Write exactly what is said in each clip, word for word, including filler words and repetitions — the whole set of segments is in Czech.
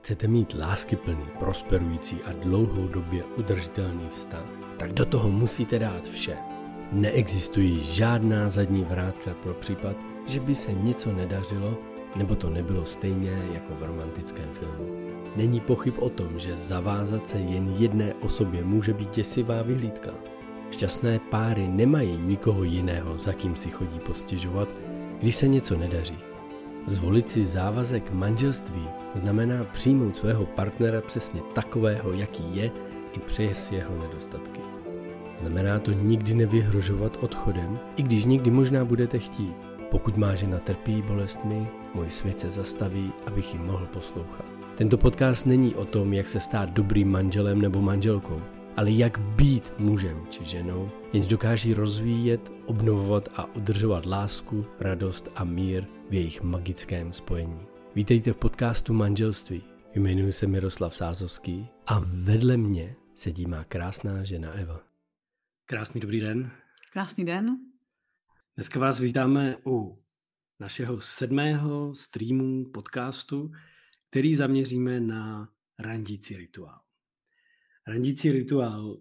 Chcete mít láskyplný, prosperující a dlouhodobě udržitelný vztah, tak do toho musíte dát vše. Neexistují žádná zadní vrátka pro případ, že by se něco nedařilo, nebo to nebylo stejně jako v romantickém filmu. Není pochyb o tom, že zavázat se jen jedné osobě může být děsivá vyhlídka. Šťastné páry nemají nikoho jiného, za kým si chodí postěžovat, když se něco nedaří. Zvolit si závazek manželství znamená přijmout svého partnera přesně takového, jaký je, i přes jeho nedostatky. Znamená to nikdy nevyhrožovat odchodem, i když někdy možná budete chtít. Pokud má žena trpí bolestmi, můj svět se zastaví, abych ji mohl poslouchat. Tento podcast není o tom, jak se stát dobrým manželem nebo manželkou, ale jak být mužem či ženou, jenž dokáží rozvíjet, obnovovat a udržovat lásku, radost a mír v jejich magickém spojení. Vítejte v podcastu Manželství. Jmenuji se Miroslav Sázovský a vedle mě sedí má krásná žena Eva. Krásný dobrý den. Krásný den. Dneska vás vítáme u našeho sedmého streamu podcastu, který zaměříme na randící rituál. Randící rituál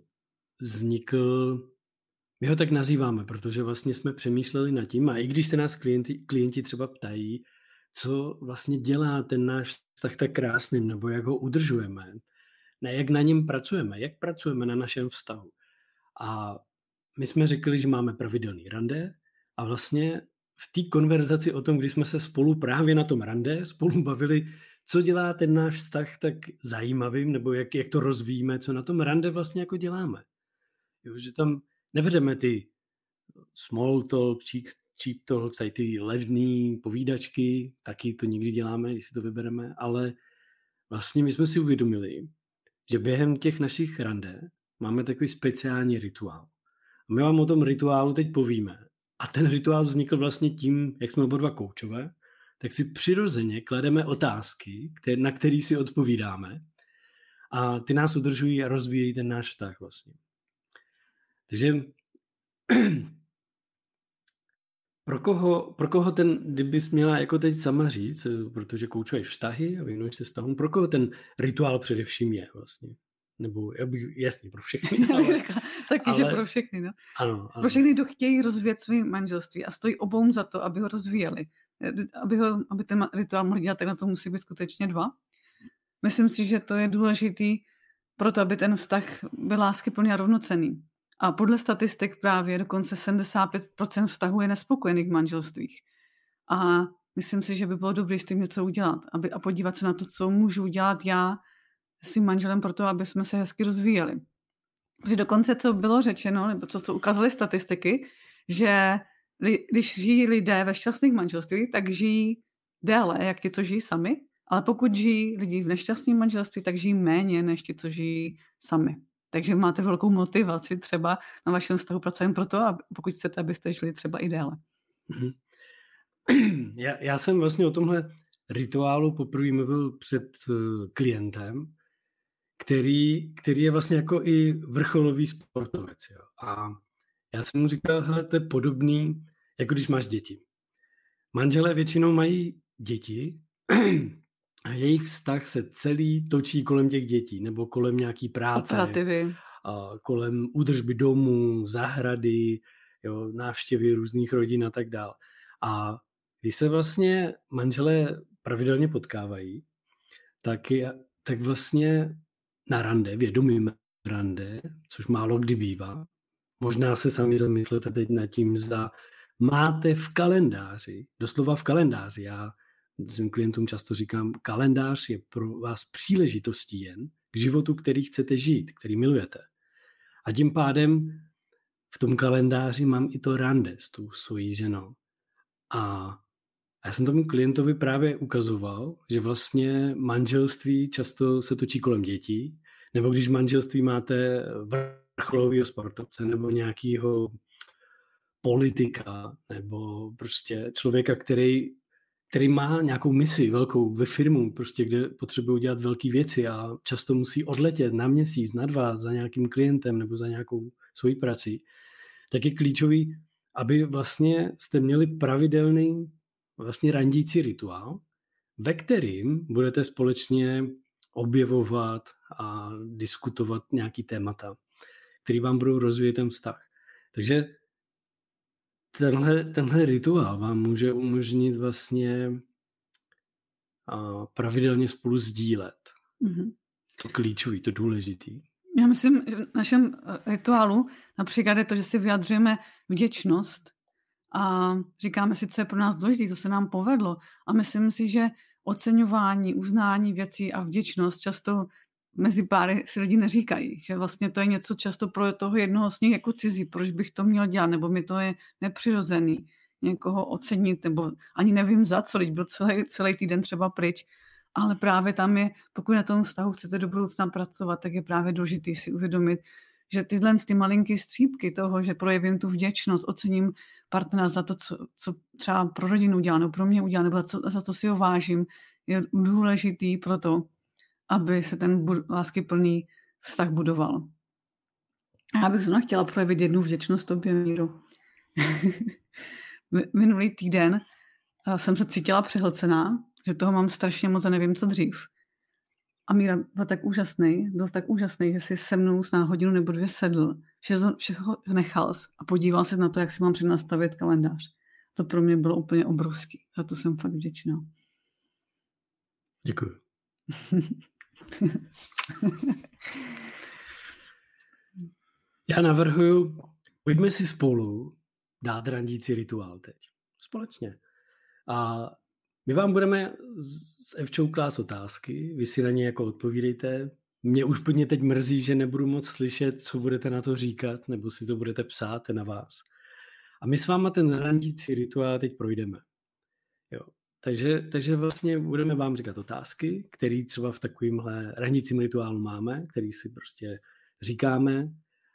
vznikl, my ho tak nazýváme, protože vlastně jsme přemýšleli nad tím, a i když se nás klienti, klienti třeba ptají, co vlastně dělá ten náš vztah tak krásným, nebo jak ho udržujeme, ne, jak na něm pracujeme, jak pracujeme na našem vztahu. A my jsme řekli, že máme pravidelný rande a vlastně v té konverzaci o tom, když jsme se spolu právě na tom rande spolu bavili, co dělá ten náš vztah tak zajímavým, nebo jak, jak to rozvíjíme, co na tom rande vlastně jako děláme. Jo, že tam nevedeme ty small talk, cheap, cheap talk, tady ty levný povídačky, taky to někdy děláme, když si to vybereme, ale vlastně my jsme si uvědomili, že během těch našich rande máme takový speciální rituál. A my vám o tom rituálu teď povíme. A ten rituál vznikl vlastně tím, jak jsme oba dva koučové, tak si přirozeně klademe otázky, které, na které si odpovídáme a ty nás udržují a rozvíjejí ten náš vztah vlastně. Takže pro koho, pro koho ten, kdybys měla jako teď sama říct, protože koučuješ vztahy a věnuješ se vztahům, pro koho ten rituál především je vlastně? Nebo já bych, jasně, pro všechny. Ale, Taky, ale, že pro všechny, no. Ano, ano. Pro všechny, kdo chtějí rozvíjet své manželství a stojí obou za to, aby ho rozvíjeli. Aby, ho, aby ten rituál mohl dělat, tak na to musí být skutečně dva. Myslím si, že to je důležitý proto, aby ten vztah byl láskyplný a rovnocenný. A podle statistik právě dokonce sedmdesát pět procent vztahů je nespokojených v manželstvích. A myslím si, že by bylo dobré s tím něco udělat aby, a podívat se na to, co můžu udělat já svým manželem pro to, aby jsme se hezky rozvíjeli. Protože dokonce, co bylo řečeno, nebo co, co ukázaly statistiky, že li, když žijí lidé ve šťastných manželství, tak žijí déle, jak ti, co žijí sami, ale pokud žijí lidi v nešťastném manželství, tak žijí méně, než ti, co žijí sami. Takže máte velkou motivaci třeba na vašem vztahu pracovat pro to, pokud chcete, abyste žili třeba i déle. Mm-hmm. Já, já jsem vlastně o tomhle rituálu poprvé mluvil před uh, klientem, který, který je vlastně jako i vrcholový sportovec. Jo. A já jsem mu říkal, hele, to je podobný, jako když máš děti. Manželé většinou mají děti a jejich vztah se celý točí kolem těch dětí, nebo kolem nějaký práce, operativy, a kolem údržby domů, zahrady, jo, návštěvy různých rodin a tak dál. A když se vlastně manželé pravidelně potkávají, tak, je, tak vlastně na rande, vědomým rande, což málo kdy bývá, možná se sami zamyslete teď nad tím, zda máte v kalendáři, doslova v kalendáři, já svým klientům často říkám, kalendář je pro vás příležitostí jen k životu, který chcete žít, který milujete. A tím pádem v tom kalendáři mám i to rande s tou svojí ženou. A já jsem tomu klientovi právě ukazoval, že vlastně manželství často se točí kolem dětí, nebo když v manželství máte vrcholového sportovce nebo nějakého politika, nebo prostě člověka, který, který má nějakou misi velkou ve firmu, prostě kde potřebují dělat velké věci a často musí odletět na měsíc, na dva za nějakým klientem nebo za nějakou svojí prací, tak je klíčový, aby vlastně jste měli pravidelný vlastně randící rituál, ve kterým budete společně objevovat a diskutovat nějaký témata, který vám budou rozvíjet ten vztah. Takže tenhle, tenhle rituál vám může umožnit vlastně a pravidelně spolu sdílet. Mm-hmm. To klíčový, to důležitý. Já myslím, že v našem rituálu například je to, že si vyjadřujeme vděčnost a říkáme si, co je pro nás důležité, co se nám povedlo. A myslím si, že oceňování, uznání věcí a vděčnost často mezi páry si lidi neříkají. Že vlastně to je něco často pro toho jednoho z nich jako cizí. Proč bych to měl dělat? Nebo mi to je nepřirozený. Někoho ocenit, nebo ani nevím za co, teď byl celý, celý týden třeba pryč. Ale právě tam je, pokud na tom vztahu chcete do budoucna pracovat, tak je právě důležité si uvědomit, že tyhle ty malinké střípky toho, že projevím tu vděčnost, ocením partnera za to, co, co třeba pro rodinu udělá, nebo pro mě udělá, nebo za co, za co si ho vážím, je důležitý pro to, aby se ten bud- láskyplný vztah budoval. A já bych zrovna chtěla projevit jednu vděčnost tobě, Míro. Minulý týden jsem se cítila přehlcená, že toho mám strašně moc a nevím, co dřív. A Míra byl tak úžasný, byl tak úžasný, že si se mnou na hodinu nebo dvě sedl, všechno, všechno nechal a podíval se na to, jak si mám přednastavit kalendář. To pro mě bylo úplně obrovský. Za to jsem fakt vděčná. Děkuji. Já navrhuju, pojďme si spolu dát randící rituál teď. Společně. A my vám budeme s Evčou klást otázky, vy si na ně jako odpovídejte. Mě už plně teď mrzí, že nebudu moc slyšet, co budete na to říkat, nebo si to budete psát, to je na vás. A my s váma ten randící rituál teď projdeme. Jo. Takže, takže vlastně budeme vám říkat otázky, které třeba v takovémhle randícím rituálu máme, který si prostě říkáme.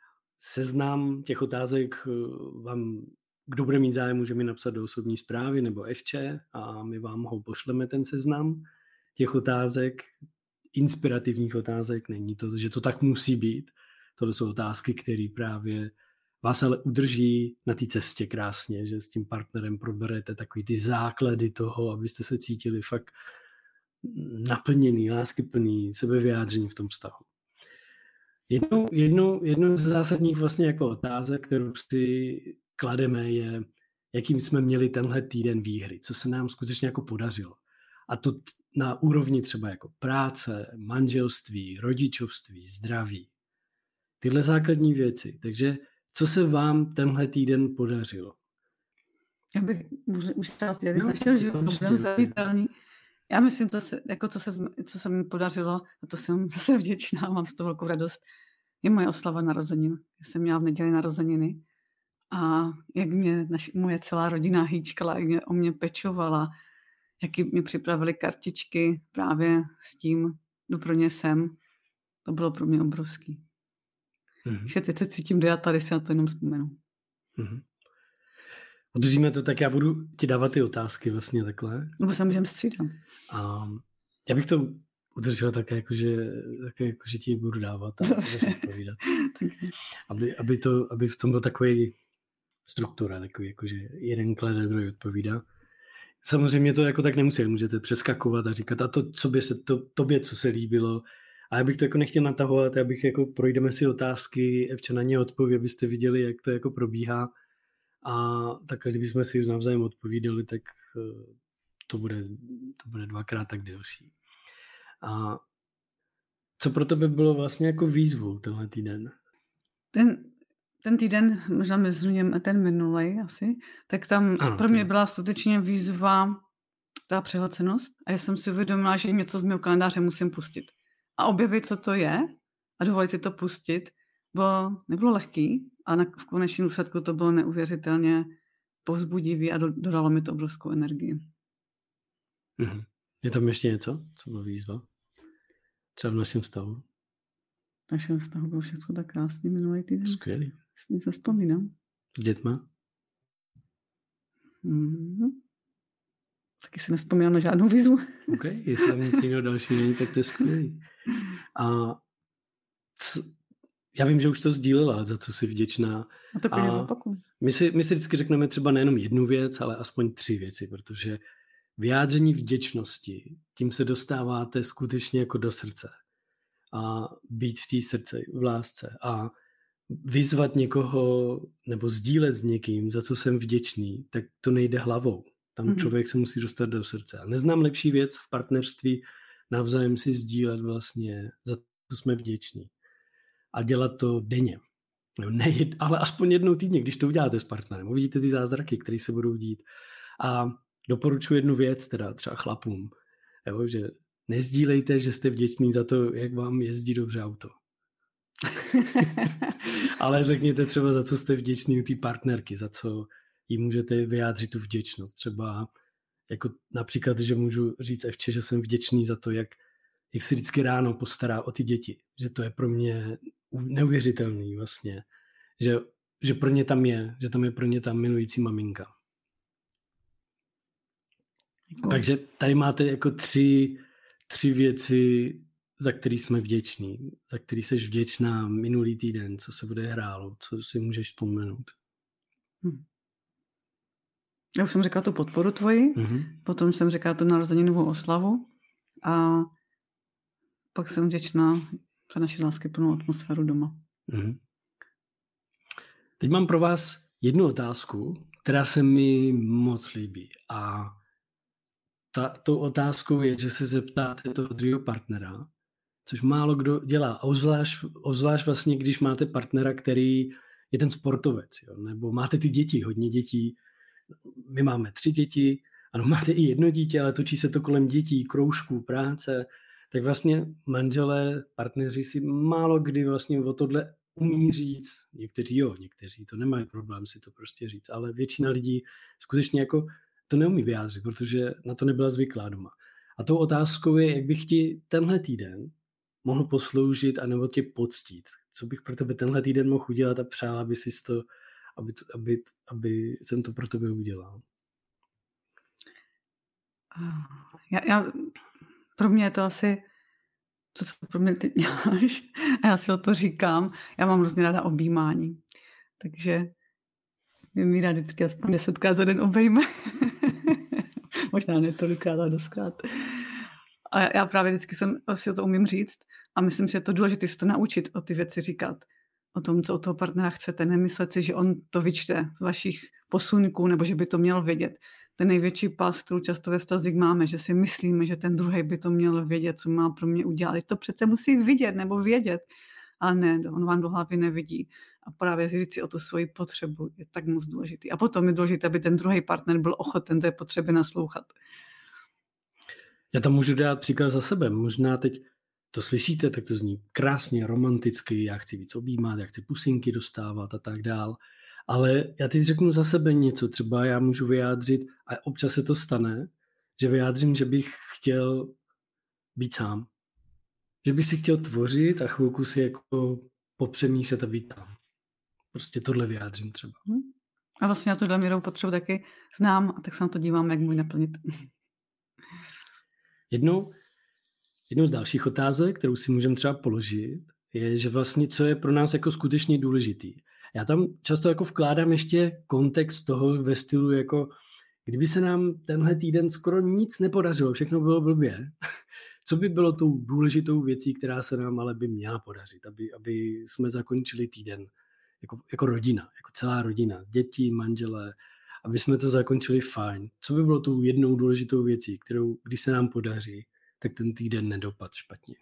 Seznam těch otázek vám, kdo bude mít zájem, může mi napsat do osobní zprávy nebo Evče a my vám ho pošleme ten seznam těch otázek, inspirativních otázek. Není to, že to tak musí být. To jsou otázky, které právě vás ale udrží na té cestě krásně, že s tím partnerem proberete takový ty základy toho, abyste se cítili fakt naplněný, láskyplný, sebevyjádření v tom vztahu. Jednou, jednou, jednou z zásadních vlastně jako otázek, kterou si klademe, je, jakým jsme měli tenhle týden výhry, co se nám skutečně jako podařilo. A to na úrovni třeba jako práce, manželství, rodičovství, zdraví. Tyhle základní věci. Takže co se vám tenhle týden podařilo? Já bych už chtěla říct, z našeho života byl zavitelný. Já myslím, to se, jako co, se, co se mi podařilo, a to jsem zase vděčná, mám z toho velkou radost, je moje oslava narozenin. Já jsem měla v neděli narozeniny a jak mě naši, moje celá rodina hýčkala, jak mě o mě pečovala, jaký mě připravili kartičky právě s tím, kdo pro ně jsem, to bylo pro mě obrovský. Mm-hmm. Že teď se cítím dojat, tady si na to jenom vzpomenu. Mm-hmm. Udržíme to, tak já budu ti dávat ty otázky vlastně takhle. Nebo se můžeme střídat. A já bych to udržel také, jakože, také jako, že ti budu dávat a odpovídat. aby, aby, to, aby v tom byl takový struktura, takový, jakože jeden klade, druhý odpovídá. Samozřejmě to jako tak nemusí, můžete přeskakovat a říkat, a to, co by se, to, tobě, co se líbilo. A já bych to jako nechtěl natahovat, já bych jako projdeme si otázky, Evča na ně odpoví, abyste viděli, jak to jako probíhá. A takhle, kdybychom si navzájem odpovídali, tak to bude, to bude dvakrát tak delší. A co pro tebe bylo vlastně jako výzvou tenhle týden? Ten, ten týden, možná mi zhrním ten minulej asi, tak tam ano, pro mě ten... byla skutečně výzva ta přehlcenost a já jsem si uvědomila, že něco z mého kalendáře musím pustit. A objevit, co to je a dovolit si to pustit, bylo, nebylo lehký a na, v konečném důsledku to bylo neuvěřitelně povzbudivý a do, dodalo mi to obrovskou energii. Mm-hmm. Je tam ještě něco, co bylo výzva? Třeba v našem vztahu? V našem vztahu bylo všechno tak krásný minulý týden. Skvělý. Nic nezpomínám. S dětma? Mm-hmm. Taky si nespomínám na žádnou výzvu. OK, jestli tam nic jiného další není, tak to je skvělý. A c- já vím, že už to sdílela, za co jsi vděčná. A to klidně zopakuju. My si, my si vždycky řekneme třeba nejenom jednu věc, ale aspoň tři věci, protože vyjádření vděčnosti, tím se dostáváte skutečně jako do srdce. A být v té srdce, v lásce. A vyzvat někoho nebo sdílet s někým, za co jsem vděčný, tak to nejde hlavou. Tam mm-hmm. člověk se musí dostat do srdce. A neznám lepší věc v partnerství, navzájem si sdílet vlastně, za co jsme vděční. A dělat to denně. No, ne, ale aspoň jednou týdně, když to uděláte s partnerem. Uvidíte ty zázraky, které se budou dít. A doporučuji jednu věc, teda třeba chlapům, jo, že nezdílejte, že jste vděční za to, jak vám jezdí dobře auto. Ale řekněte třeba, za co jste vděční u té partnerky, za co jí můžete vyjádřit tu vděčnost. Třeba jako například, že můžu říct Evče, že jsem vděčný za to, jak, jak se vždycky ráno postará o ty děti. Že to je pro mě neuvěřitelný vlastně. Že, že pro ně tam je, že tam je pro ně ta milující maminka. Děkuji. Takže tady máte jako tři, tři věci, za který jsme vděční, za který jsi vděčná minulý týden, co se bude hrálo, co si můžeš vzpomenout. Hmm. Já už jsem řekla tu podporu tvoji, mm-hmm. potom jsem řekla tu narozeninovou oslavu a pak jsem vděčná za naši láskyplnou atmosféru doma. Mm-hmm. Teď mám pro vás jednu otázku, která se mi moc líbí. A ta, tou otázkou je, že se zeptáte toho druhého partnera, což málo kdo dělá. A obzvlášť, obzvlášť vlastně, když máte partnera, který je ten sportovec, jo? Nebo máte ty děti, hodně dětí. My máme tři děti, ano, máte i jedno dítě, ale točí se to kolem dětí, kroužků, práce. Tak vlastně manželé, partneři si málo kdy vlastně o tohle umí říct. Někteří jo, někteří to nemají problém si to prostě říct, ale většina lidí skutečně jako to neumí vyjádřit, protože na to nebyla zvyklá doma. A tou otázkou je, jak bych ti tenhle týden mohl posloužit a nebo tě poctít. Co bych pro tebe tenhle týden mohl udělat a přál, aby jsi to, aby, aby, aby jsem to pro tebe udělal. Já, já, pro mě je to asi to, co pro mě ty děláš. A já si o to říkám. Já mám hrozně ráda objímání. Takže mě mi rád vždycky aspoň desetkrát za den obejme. Možná ne tolikrát, ale doskrát. A já právě vždycky jsem, si o to umím říct a myslím, že je to důležité si to naučit o ty věci říkat. O tom, co od toho partnera chcete. Nemyslet si, že on to vyčte z vašich posunků nebo že by to měl vědět. Ten největší pas, kterou často ve vztazích máme, že si myslíme, že ten druhý by to měl vědět, co má pro mě udělat. To přece musí vidět nebo vědět. Ale ne, on vám do hlavy nevidí. A právě říct si o tu svoji potřebu je tak moc důležitý. A potom je důležité, aby ten druhý partner byl ochoten té potřeby naslouchat. Já tam můžu dát příklad za sebe. Možná teď to slyšíte, tak to zní krásně, romanticky, já chci víc objímat, já chci pusinky dostávat a tak dál. Ale já teď řeknu za sebe něco, třeba já můžu vyjádřit, a občas se to stane, že vyjádřím, že bych chtěl být sám. Že bych si chtěl tvořit a chvilku si jako popřemýšlet a být tam. Prostě tohle vyjádřím třeba. A vlastně já tuhle mírou potřebu taky znám a tak se na to dívám, jak můj naplnit. Jednou, jednou z dalších otázek, kterou si můžeme třeba položit, je, že vlastně co je pro nás jako skutečně důležitý. Já tam často jako vkládám ještě kontext toho ve stylu jako kdyby se nám tenhle týden skoro nic nepodařilo, všechno bylo blbě. Co by bylo tou důležitou věcí, která se nám ale by měla podařit, aby, aby jsme zakončili týden jako, jako rodina, jako celá rodina, děti, manželé, aby jsme to zakončili fajn. Co by bylo tou jednou důležitou věcí, kterou, když se nám podaří, tak ten týden nedopad špatně?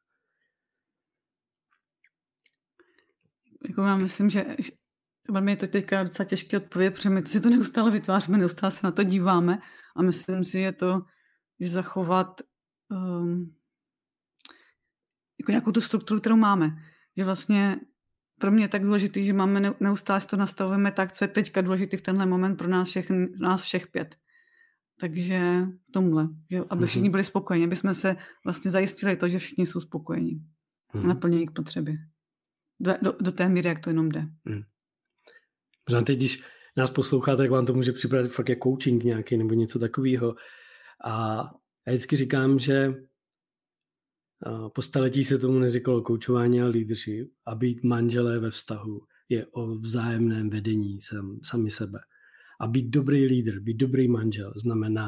Jako já myslím, že mě je to teďka docela těžké odpovědět, protože my si to neustále vytváříme, neustále se na to díváme a myslím si, je to, že zachovat um, jako nějakou tu strukturu, kterou máme. Že vlastně pro mě je tak důležitý, že máme neustále to nastavujeme tak, co je teďka důležitý v tenhle moment pro nás všech, nás všech pět. Takže v tomhle, že aby všichni byli spokojeni, aby jsme se vlastně zajistili to, že všichni jsou spokojení a naplní jejich potřeby. Do, do, do té míry, jak to jenom jde. Hmm. Možná teď, když nás posloucháte, tak vám to může připadat fakt jako coaching nějaký nebo něco takového. A já vždycky říkám, že po staletí se tomu neříkalo koučování a leadership a být manželé ve vztahu je o vzájemném vedení sam, sami sebe. A být dobrý lídr, být dobrý manžel znamená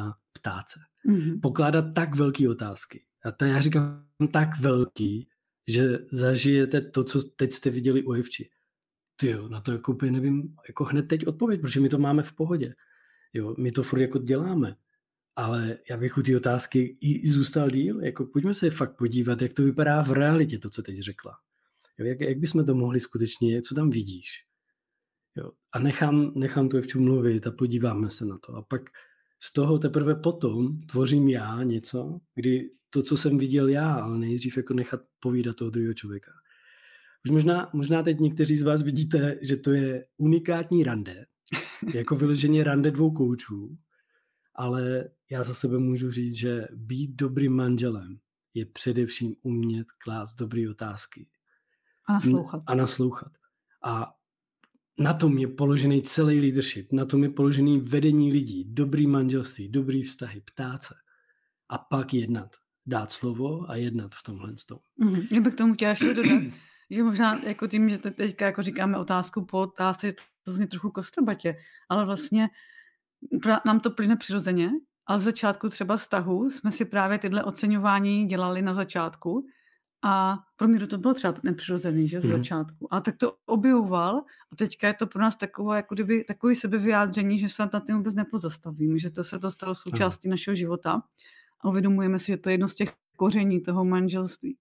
ptát se. Mm-hmm. Pokládat tak velké otázky. A to já říkám tak velký, že zažijete to, co teď jste viděli u Evči. Tyjo, na to jako úplně nevím, jako hned teď odpověď, protože my to máme v pohodě. Jo, my to furt jako děláme. Ale já bych u té otázky i zůstal díl. Jako pojďme se fakt podívat, jak to vypadá v realitě, to, co teď řekla. Jo, jak, jak bychom to mohli skutečně, co tam vidíš. Jo, a nechám, nechám tu Evču mluvit a podíváme se na to. A pak z toho teprve potom tvořím já něco, kdy to, co jsem viděl já, ale nejdřív jako nechat povídat toho druhého člověka. Už možná, možná teď někteří z vás vidíte, že to je unikátní rande, jako vyloženě rande dvou koučů, ale já za sebe můžu říct, že být dobrým manželem je především umět klást dobré otázky. A naslouchat. A naslouchat. A na tom je položený celý leadership, na tom je položený vedení lidí, dobrý manželství, dobrý vztahy, ptát se a pak jednat. Dát slovo a jednat v tomhle stavu. Mm-hmm. Já bych k tomu chtěla ještě dodat, že možná jako tím, že teďka jako říkáme otázku po otázce, to zní trochu kostrbatě, ale vlastně nám to plyne přirozeně a z začátku třeba vztahu jsme si právě tyhle oceňování dělali na začátku a pro mě to bylo třeba nepřirozený, že z mm. začátku. A tak to objevoval a teďka je to pro nás takové, jako kdyby takový sebevyjádření, že se na tím vůbec nepozastavíme, že to se to stalo součástí mm. našeho života a uvědomujeme si, že to je jedno z těch koření toho manželství.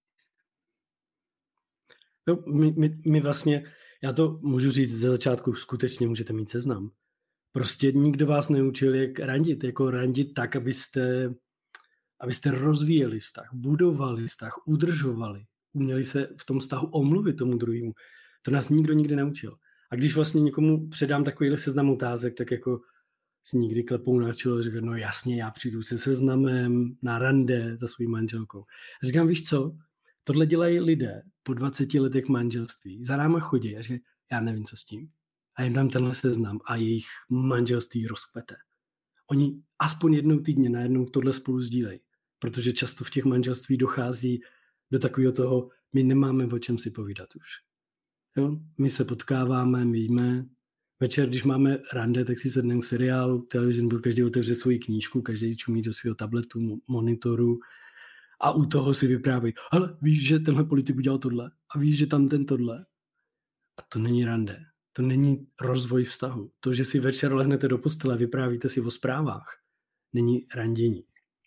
No, my, my, my vlastně, já to můžu říct ze začátku, skutečně můžete mít seznam. Prostě nikdo vás neučil, jak randit, jako randit tak, abyste, abyste rozvíjeli vztah, budovali vztah, udržovali, uměli se v tom vztahu omluvit tomu druhému. To nás nikdo nikdy neučil. A když vlastně někomu předám takovýhle seznam otázek, tak jako si nikdy klepou na čelo a říkají, no jasně, já přijdu se seznamem na rande za svou manželkou. A říkám, víš co, tohle dělají lidé po dvaceti letech manželství, za náma chodí a říkají, já nevím, co s tím. A jim dám tenhle seznam a jejich manželství rozkvete. Oni aspoň jednou týdně najednou tohle spolu sdílejí, protože často v těch manželství dochází do takového toho, my nemáme o čem si povídat už. Jo? My se potkáváme, my jíme. Večer, když máme rande, tak si sedneme k seriálu, televizi, nebo každý otevře svoji knížku, každý čumí do svého tabletu, monitoru a u toho si vypráví, hele, víš, že tenhle politik udělal tohle a víš, že tam ten tohle. A to není rande. To není rozvoj vztahu. To, že si večer lehnete do postele a vyprávíte si o zprávách, není randění.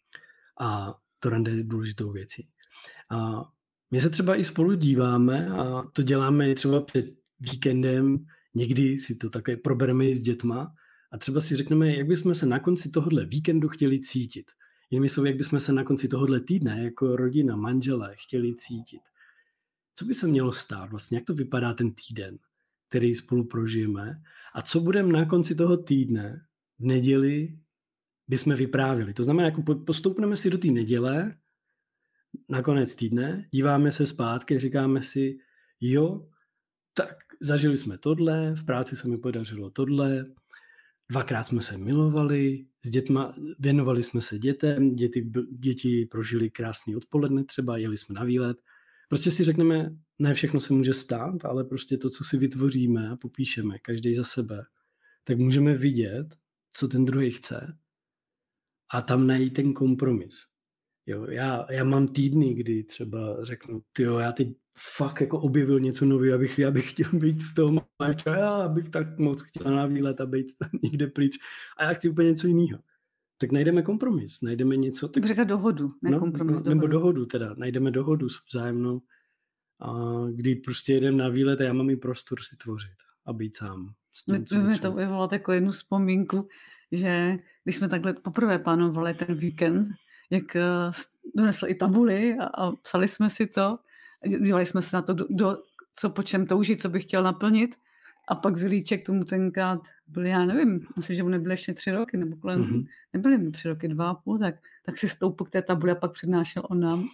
A to rande je důležitou věcí. A my se třeba i spolu díváme a to děláme třeba před víkendem, někdy si to také probereme i s dětma a třeba si řekneme, jak bychom se na konci tohohle víkendu chtěli cítit. Jinými slovy, jak bychom se na konci tohohle týdne jako rodina, manželé chtěli cítit. Co by se mělo stát vlastně? Jak to vypadá ten týden, který spolu prožijeme? A co budeme na konci toho týdne v neděli bychom vyprávěli? To znamená, jako postoupneme si do té neděle, na konec týdne, díváme se zpátky, říkáme si, jo, tak zažili jsme tohle, v práci se mi podařilo tohle, dvakrát jsme se milovali, s dětma, věnovali jsme se dětem, děti, děti prožili krásný odpoledne třeba, jeli jsme na výlet. Prostě si řekneme, ne všechno se může stát, ale prostě to, co si vytvoříme a popíšeme, každý za sebe, tak můžeme vidět, co ten druhý chce a tam najít ten kompromis. Jo, já, já mám týdny, kdy třeba řeknu, tyjo, já teď fakt jako objevil něco nového, abych, já bych chtěl být v tom, a já bych tak moc chtěl na výlet a být někde pryč a já chci úplně něco jiného. Tak najdeme kompromis, najdeme něco. Tak řekla dohodu, ne no, kompromis. Nebo dohodu. dohodu teda, najdeme dohodu vzájemnou, a kdy prostě jedem na výlet a já mám i prostor si tvořit a být sám. My, my to vyvolalo takovou jednu vzpomínku, že když jsme takhle poprvé plánovali ten víkend, jak donesl i tabuly a, a psali jsme si to, dívali jsme se na to, do, co po čem touží, co bych chtěl naplnit a pak Vilíček tomu tenkrát byl, já nevím, myslím, že mu nebyly ještě tři roky, nebo kolem, mm-hmm. nebyly mu tři roky, dva a půl, tak, tak si stoupil k té tabuli a pak přednášel on nám.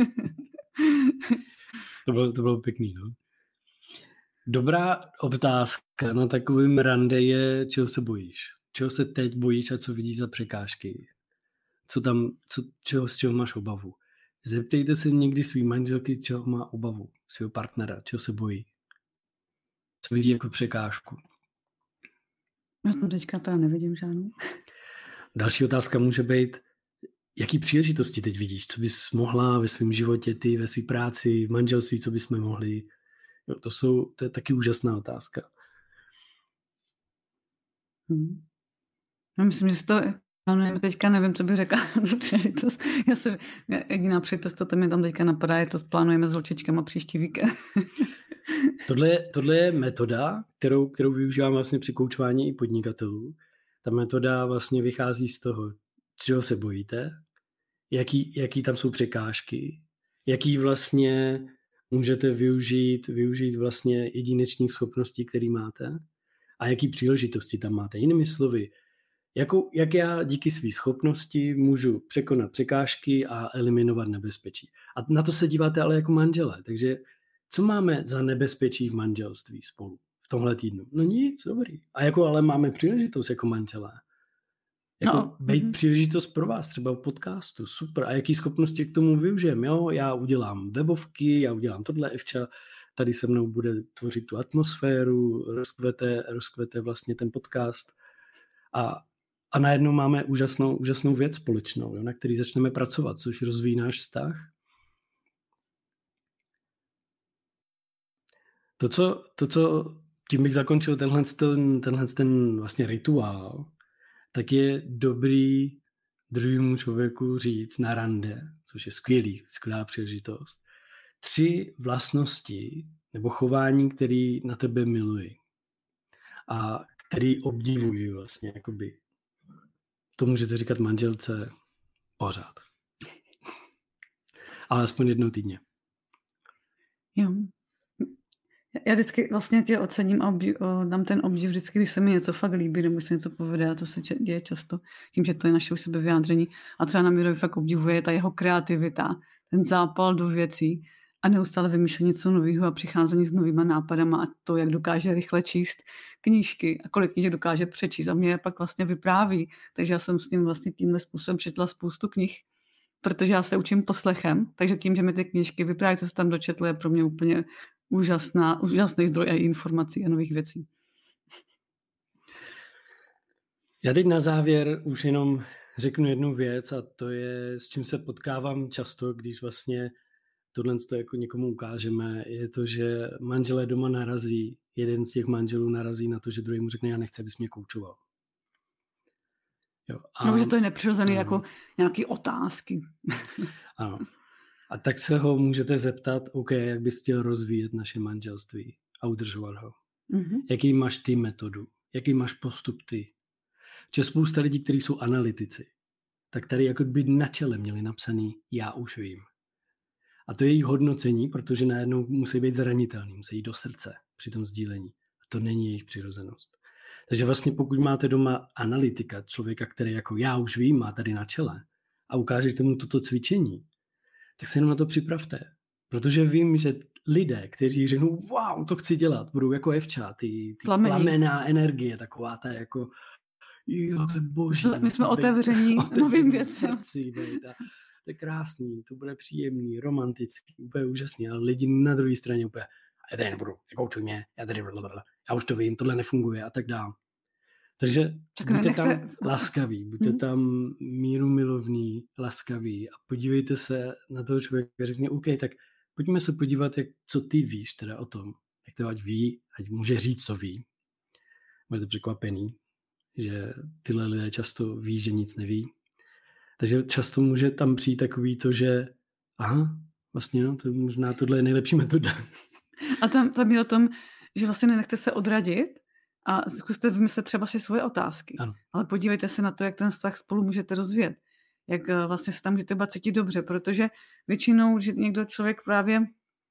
to, bylo, to bylo pěkný, no. Dobrá otázka na takovým rande je, čeho se bojíš? Čeho se teď bojíš a co vidíš za překážky? Co tam, co, čeho, z čeho máš obavu? Zeptejte se někdy svý manželky, čeho má obavu, svého partnera, čeho se bojí. Co vidí jako překážku. Já to teďka teda nevidím žádnou. Další otázka může být, jaký příležitosti teď vidíš? Co bys mohla ve svém životě, ty ve své práci, v manželství, co bychom mohli? Jo, to, jsou, to je taky úžasná otázka. Hmm. No, myslím, že si to plánujeme teďka, nevím, co bych řekla za příležitost. Já se, jediná příležitost, to mi tam teďka napadá, je to plánujeme s holčičkama příští víkend. Tohle je, tohle je metoda, kterou, kterou využívám vlastně při koučování i podnikatelů. Ta metoda vlastně vychází z toho, čeho se bojíte, jaký, jaký tam jsou překážky, jaký vlastně můžete využít, využít vlastně jedinečných schopností, které máte a jaký příležitosti tam máte. Jinými slovy, jakou, jak já díky své schopnosti můžu překonat překážky a eliminovat nebezpečí. A na to se díváte ale jako manželé, takže co máme za nebezpečí v manželství spolu v tomhle týdnu? No nic, dobrý. A jako ale máme příležitost jako manželé. Jako no. být příležitost pro vás, třeba v podcastu, super. A jaký schopnosti k tomu využijem? Jo, já udělám webovky, já udělám tohle, Evča tady se mnou bude tvořit tu atmosféru, rozkvete, rozkvete vlastně ten podcast. A, a najednou máme úžasnou, úžasnou věc společnou, jo, na který začneme pracovat, což rozvíjí náš vztah. To, co, to, co tím bych zakončil tenhle, ten, tenhle ten vlastně rituál, tak je dobrý druhému člověku říct na rande, což je skvělý, skvělá příležitost, tři vlastnosti nebo chování, který na tebe miluji a který obdivuji vlastně, jakoby. To můžete říkat manželce pořád. Ale aspoň jednou týdně. Jo. Já vždycky vlastně tě ocením a obdiv, o, dám ten obdiv vždycky, když se mi něco fakt líbí, nebo se něco povede, a to se děje často, tím, že to je naše u sebe vyjádření. A co já na Mírovi fakt obdivuje, je ta jeho kreativita, ten zápal do věcí a neustále vymýšlet něco nového a přicházení s novýma nápadama a to, jak dokáže rychle číst knížky a kolik knížek dokáže přečíst a mě je pak vlastně vypráví. Takže já jsem s tím vlastně tímhle způsobem přečetla spoustu knih, protože já se učím poslechem, takže tím, že mi ty knížky vypráví, co se tam dočetl, je pro mě úplně úžasná, úžasný zdroj a informací a nových věcí. Já teď na závěr už jenom řeknu jednu věc a to je, s čím se potkávám často, když vlastně tohle to jako někomu ukážeme, je to, že manželé doma narazí, jeden z těch manželů narazí na to, že druhý mu řekne, já nechci, abys mě koučoval. Jo, a, no, že to je nepřirozený ano. Jako nějaký otázky. Ano. A tak se ho můžete zeptat, OK, jak bys chtěl rozvíjet naše manželství a udržovat ho. Mm-hmm. Jaký máš ty metodu? Jaký máš postup ty? Že spousta lidí, kteří jsou analytici, tak tady jako by na čele měli napsaný já už vím. A to je jejich hodnocení, protože najednou musí být zranitelný, musí jít do srdce při tom sdílení. A to není jejich přirozenost. Takže vlastně pokud máte doma analytika, člověka, který jako já už vím, má tady na čele a ukážete mu toto cvičení, tak se jenom na to připravte. Protože vím, že lidé, kteří řeknou, wow, to chci dělat, budou jako Evča, ty, ty plamená energie, taková ta jako, jo, to je boží. My jsme otevření novým věcem. To je krásný, to bude příjemný, romantický, úplně úžasný, ale lidi na druhé straně úplně, já tady nebudu, nekoučuj mě, já tady blablabla, já už to vím, tohle nefunguje a tak dále. Takže tak buďte nechte... tam laskaví, buďte hmm. tam míru milovný, laskaví a podívejte se na toho člověka a řekne, OK, tak pojďme se podívat, jak, co ty víš teda o tom, jak to ať ví, ať může říct, co ví. Budete překvapený, že tyhle lidé často ví, že nic neví. Takže často může tam přijít takový to, že aha, vlastně no, to možná tohle je nejlepší metoda. A tam, tam je o tom, že vlastně nenechte se odradit a zkuste vymyslet třeba si svoje otázky. Ano. Ale podívejte se na to, jak ten vztah spolu můžete rozvíjet. Jak vlastně se tam můžete třeba cítit dobře, protože většinou, že někdo člověk právě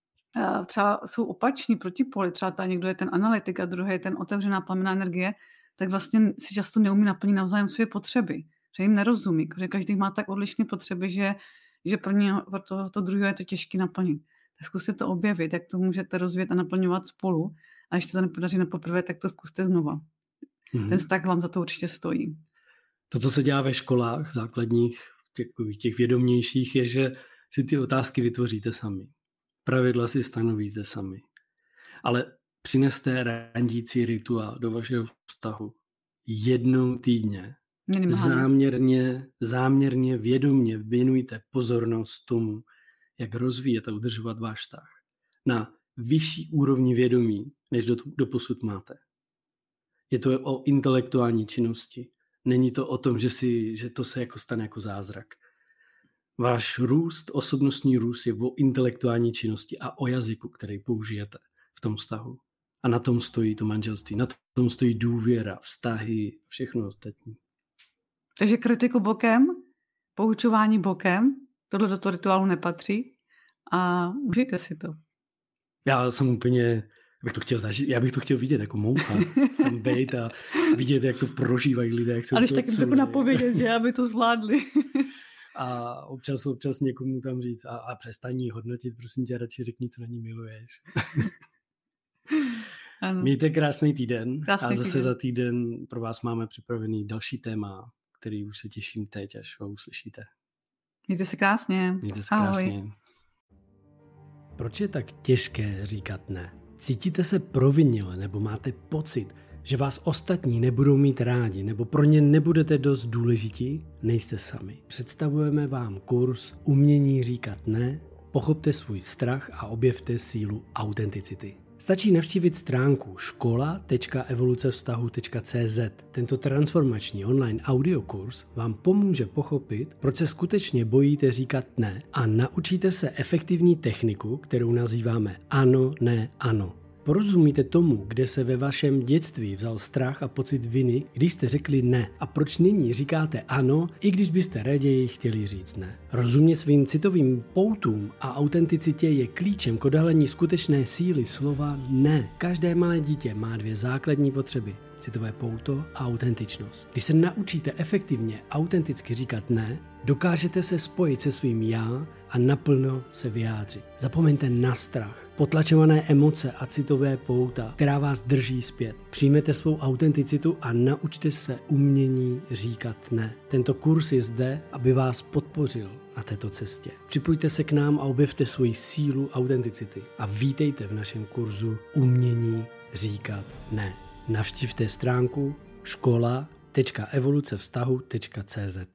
třeba jsou opační protipóly, třeba ta někdo je ten analytik a druhý je ten otevřená plamenná energie, tak vlastně si často neumí naplnit navzájem své potřeby. Že jim nerozumí, že každý má tak odlišné potřeby, že, že pro, ně, pro to, to druhého je to těžké naplnit. Tak zkuste to objevit, jak to můžete rozvíjet a naplňovat spolu. A když to nepodaří na poprvé, tak to zkuste znova. Mm-hmm. Ten vztah vám za to určitě stojí. To, co se dělá ve školách základních, těch, těch vědomějších, je, že si ty otázky vytvoříte sami. Pravidla si stanovíte sami. Ale přineste randící rituál do vašeho vztahu jednou týdně Minimálně. Záměrně, záměrně, vědomně věnujte pozornost tomu, jak rozvíjet a udržovat váš vztah na vyšší úrovni vědomí, než do, doposud máte. Je to o intelektuální činnosti. Není to o tom, že, si, že to se jako stane jako zázrak. Váš růst, osobnostní růst je o intelektuální činnosti a o jazyku, který použijete v tom vztahu. A na tom stojí to manželství, na tom stojí důvěra, vztahy, všechno ostatní. Takže kritiku bokem, poučování bokem, tohle do toho rituálu nepatří a užijte si to. Já jsem úplně, bych to chtěl zažít, já bych to chtěl vidět jako moucha, tam bejt a vidět, jak to prožívají lidé. Jak se a když to tak trochu napovědět, že aby to zvládli. A občas, občas někomu tam říct a, a přestaň jí hodnotit, prosím tě, radši řekni, co na ní miluješ. Ano. Mějte krásný týden krásný a zase týden. Za týden pro vás máme připravený další téma, který už se těším teď, až ho uslyšíte. Mějte se krásně. Mějte se krásně. Ahoj. Proč je tak těžké říkat ne? Cítíte se provinile nebo máte pocit, že vás ostatní nebudou mít rádi nebo pro ně nebudete dost důležití? Nejste sami. Představujeme vám kurz Umění říkat ne, pochopte svůj strach a objevte sílu autenticity. Stačí navštívit stránku škola tečka evolucevztahu tečka cé zet. Tento transformační online audiokurs vám pomůže pochopit, proč se skutečně bojíte říkat ne a naučíte se efektivní techniku, kterou nazýváme ano, ne, ano. Porozumíte tomu, kde se ve vašem dětství vzal strach a pocit viny, když jste řekli ne a proč nyní říkáte ano, i když byste raději chtěli říct ne. Rozumět svým citovým poutům a autenticitě je klíčem k odhalení skutečné síly slova ne. Každé malé dítě má dvě základní potřeby. Citové pouto a autentičnost. Když se naučíte efektivně autenticky říkat ne, dokážete se spojit se svým já a naplno se vyjádřit. Zapomeňte na strach, potlačované emoce a citové pouta, která vás drží zpět. Přijměte svou autenticitu a naučte se umění říkat ne. Tento kurz je zde, aby vás podpořil na této cestě. Připojte se k nám a objevte svoji sílu autenticity a vítejte v našem kurzu Umění říkat ne. Navštivte stránku škola tečka evolucevztahu tečka cé zet.